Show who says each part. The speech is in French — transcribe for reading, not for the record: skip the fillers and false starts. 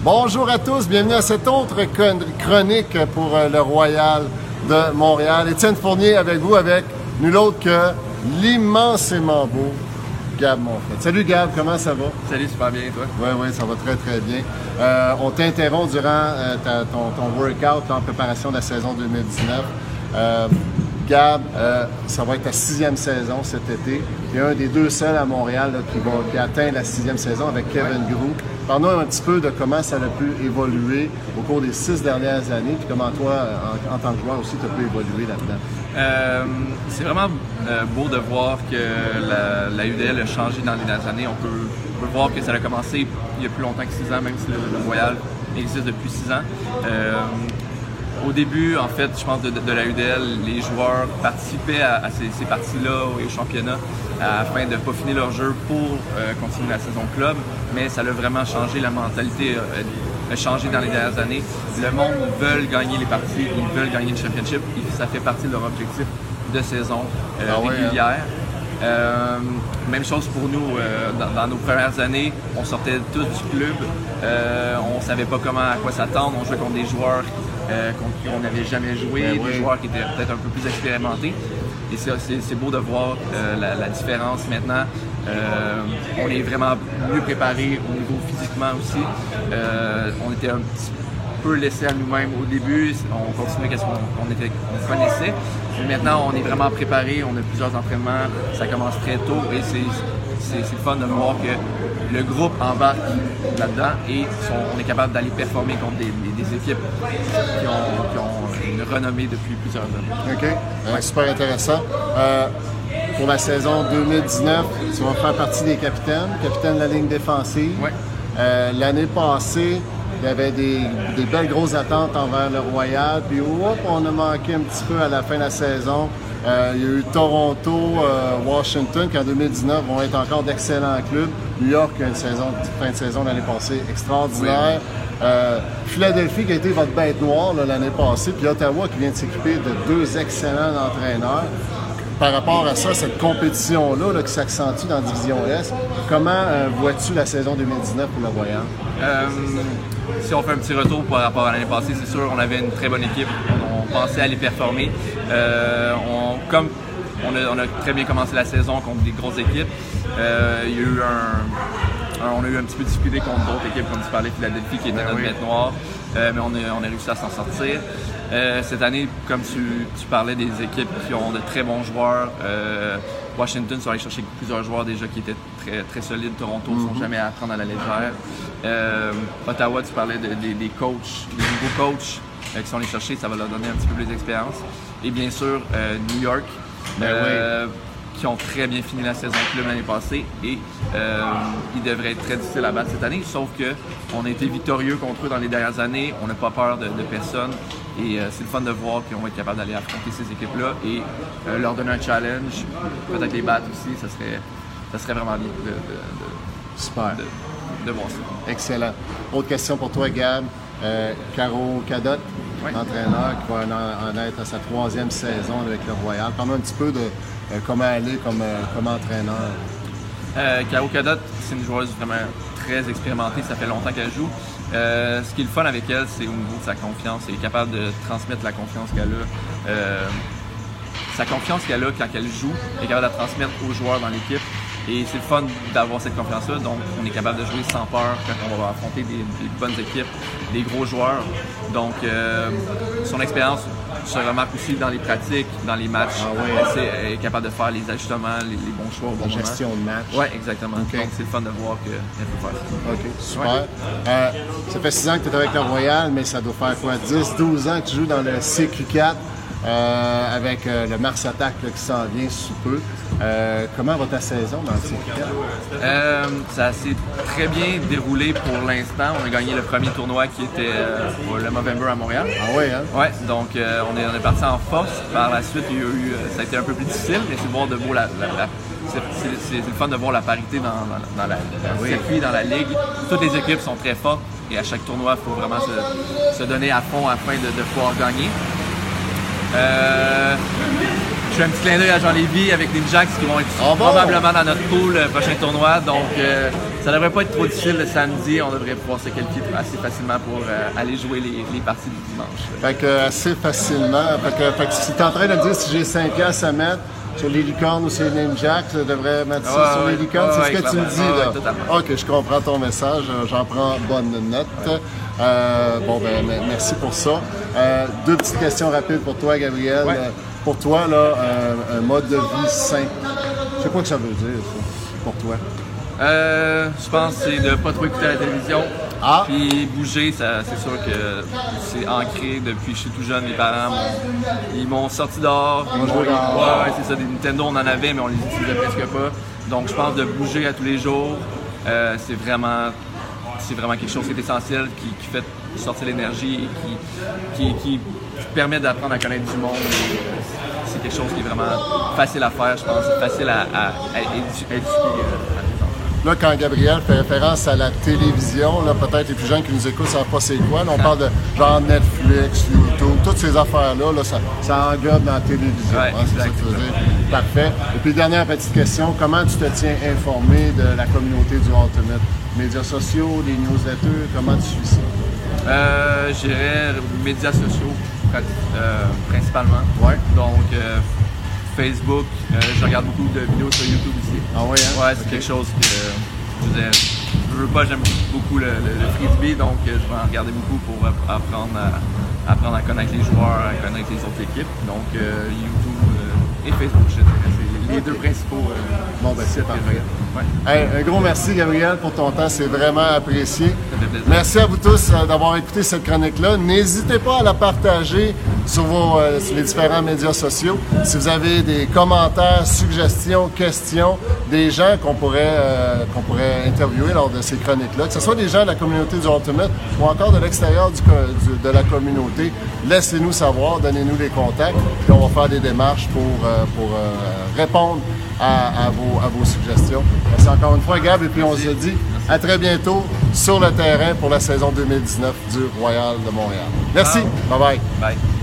Speaker 1: Bonjour à tous, bienvenue à cette autre chronique pour le Royal de Montréal. Étienne Fournier avec vous, avec nul autre que l'immensément beau Gab Monfrette. Salut Gab, comment ça va?
Speaker 2: Salut, super bien, toi?
Speaker 1: Oui, ça va très très bien. On t'interrompt durant ton workout en préparation de la saison 2019. Gab, ça va être ta 6e saison cet été. Tu es un des deux seuls à Montréal là, qui atteint la 6e saison avec Kevin Groux. Parle-nous un petit peu de comment ça a pu évoluer au cours des 6 dernières années, puis comment toi, en tant que joueur aussi, tu as pu évoluer là-dedans.
Speaker 2: C'est vraiment beau de voir que la UDL a changé dans les dernières années. On peut voir que ça a commencé il y a plus longtemps que 6 ans, même si le Royal existe depuis 6 ans. Au début, en fait, je pense de la UDL, les joueurs participaient à ces parties-là au championnat afin de peaufiner leur jeu pour continuer la saison club, mais ça a vraiment changé, la mentalité a changé dans les dernières années. Le monde veut gagner les parties, ils veulent gagner le championship, et ça fait partie de leur objectif de saison régulière. Même chose pour nous, dans nos premières années, on sortait tous du club, on savait pas à quoi s'attendre, on jouait contre des joueurs contre qui on n'avait jamais joué, des joueurs qui étaient peut-être un peu plus expérimentés. Et c'est beau de voir la différence maintenant. On est vraiment mieux préparés au niveau physiquement aussi. On était un petit peu laissés à nous-mêmes au début, on continuait qu'est-ce qu'on connaissait. Mais maintenant, on est vraiment préparés, on a plusieurs entraînements, ça commence très tôt et c'est fun de voir que le groupe embarque là-dedans et on est capable d'aller performer contre des équipes qui ont une renommée depuis plusieurs années.
Speaker 1: OK, super intéressant. Pour la saison 2019, tu vas faire partie des capitaine de la ligne défensive.
Speaker 2: Oui.
Speaker 1: L'année passée, il y avait des belles grosses attentes envers le Royal, puis on a manqué un petit peu à la fin de la saison. Il y a eu Toronto, Washington, qui en 2019 vont être encore d'excellents clubs. New York a une fin de saison l'année passée extraordinaire. Oui. Philadelphie qui a été votre bête noire l'année passée, puis Ottawa qui vient de s'équiper de 2 excellents entraîneurs. Par rapport à ça, cette compétition-là qui s'accentue dans la Division Est, comment vois-tu la saison 2019 pour le Royal?
Speaker 2: Si on fait un petit retour par rapport à l'année passée, c'est sûr on avait une très bonne équipe, on pensait aller performer. On a très bien commencé la saison contre des grosses équipes. On a eu un petit peu de difficulté contre d'autres équipes, comme tu parlais, Philadelphie qui était notre bête noire, mais on a réussi à s'en sortir. Cette année, comme tu parlais des équipes qui ont de très bons joueurs, Washington sont allés chercher plusieurs joueurs déjà qui étaient très, très solides. Toronto ne sont jamais à prendre à la légère. Ottawa, tu parlais des coachs, des nouveaux coachs qui sont allés chercher, ça va leur donner un petit peu plus d'expérience. Et bien sûr, New York, qui ont très bien fini la saison club l'année passée et ils devraient être très difficiles à battre cette année, sauf qu'on a été victorieux contre eux dans les dernières années, on n'a pas peur de personne et c'est le fun de voir qu'on va être capable d'aller affronter ces équipes-là et leur donner un challenge, peut-être les battre aussi, ça serait vraiment bien de voir ça.
Speaker 1: Excellent. Autre question pour toi, Gab. Caro Cadotte, entraîneur qui va en être à sa 3e saison avec le Royal. Parle-moi un petit peu de comment elle est comme entraîneur.
Speaker 2: Caro Cadotte, c'est une joueuse vraiment très expérimentée, ça fait longtemps qu'elle joue. Ce qui est le fun avec elle, c'est au niveau de sa confiance. Elle est capable de transmettre la confiance qu'elle a. Sa confiance qu'elle a quand elle joue, elle est capable de la transmettre aux joueurs dans l'équipe. Et c'est le fun d'avoir cette confiance-là, donc on est capable de jouer sans peur quand on va affronter des bonnes équipes, des gros joueurs. Donc son expérience se remarque aussi dans les pratiques, dans les matchs. Elle est capable de faire les ajustements, les bons choix au bon moment.
Speaker 1: La gestion de match.
Speaker 2: Oui, exactement. Okay. Donc c'est le fun de voir qu'elle peut faire ça.
Speaker 1: OK, super. Ça fait 6 ans que tu es avec le Royal, mais ça doit faire quoi? 10-12 ans que tu joues dans le CQ4 avec le Mars Attack qui s'en vient sous peu. Comment va ta saison dans le CQ4?
Speaker 2: Ça s'est très bien déroulé pour l'instant. On a gagné le premier tournoi qui était pour le Movember à Montréal.
Speaker 1: Ah oui, hein?
Speaker 2: Ouais, donc on est parti en force. Par la suite, ça a été un peu plus difficile, mais c'est voir de beau c'est le fun de voir la parité dans le circuit, dans la ligue. Toutes les équipes sont très fortes et à chaque tournoi, il faut vraiment se donner à fond afin de pouvoir gagner. fais un petit clin d'œil à Jean Lévy avec les Jacks qui vont être probablement dans notre pool le prochain tournoi. Donc, ça devrait pas être trop difficile le samedi. On devrait pouvoir se qualifier assez facilement pour aller jouer les parties du dimanche.
Speaker 1: Fait que assez facilement. Fait que si tu es en train de me dire si j'ai 5 piastres à mettre sur les licornes ou sur les name jacks, je devrais mettre ça sur les licornes. C'est ce que tu me dis, là.
Speaker 2: Totalement.
Speaker 1: OK, je comprends ton message. J'en prends bonne note. Merci pour ça. 2 petites questions rapides pour toi, Gabriel.
Speaker 2: Ouais.
Speaker 1: Pour toi, là, un mode de vie sain. Je sais pas ce que ça veut dire, ça, pour toi.
Speaker 2: Je pense que c'est de pas trop écouter la télévision.
Speaker 1: Ah.
Speaker 2: Puis bouger, c'est sûr que c'est ancré depuis que je suis tout jeune. Mes parents m'ont sorti dehors. Ouais, c'est ça. Des Nintendo, on en avait, mais on les utilisait presque pas. Donc je pense de bouger à tous les jours, c'est vraiment quelque chose qui est essentiel, qui fait sortir l'énergie et qui permet d'apprendre à connaître du monde. C'est quelque chose qui est vraiment facile à faire, je pense, facile à éduquer.
Speaker 1: Là, quand Gabriel fait référence à la télévision, là, peut-être les plus jeunes qui nous écoutent ne savent pas c'est quoi. Là, on parle de genre Netflix, YouTube, toutes ces affaires-là, là, ça englobe dans la télévision.
Speaker 2: Ouais,
Speaker 1: c'est ça que tu veux dire. Parfait. Et puis, dernière petite question, comment tu te tiens informé de la communauté du Ultimate? Médias sociaux, les newsletters, comment tu suis ça?
Speaker 2: Je dirais médias sociaux, principalement.
Speaker 1: Ouais.
Speaker 2: Donc, Facebook, je regarde beaucoup de vidéos sur YouTube aussi.
Speaker 1: Ah oui, hein?
Speaker 2: Ouais, c'est quelque chose que je veux pas, j'aime beaucoup le frisbee, donc je vais en regarder beaucoup pour apprendre à connaître les joueurs, à connaître les autres équipes. Donc YouTube et Facebook, je dirais, c'est les 2 principaux
Speaker 1: c'est parfait.
Speaker 2: Ouais.
Speaker 1: Hey, un gros merci, Gabriel, pour ton temps. C'est vraiment apprécié.
Speaker 2: Ça fait plaisir.
Speaker 1: Merci à vous tous d'avoir écouté cette chronique-là. N'hésitez pas à la partager sur les différents médias sociaux. Si vous avez des commentaires, suggestions, questions, des gens qu'on pourrait interviewer lors de ces chroniques-là, que ce soit des gens de la communauté du Ultimate ou encore de l'extérieur de la communauté, laissez-nous savoir, donnez-nous les contacts, puis on va faire des démarches pour répondre à vos suggestions. Merci encore une fois, Gab, et puis on se dit à très bientôt sur le terrain pour la saison 2019 du Royal de Montréal. Merci. Bye-bye.
Speaker 2: Bye.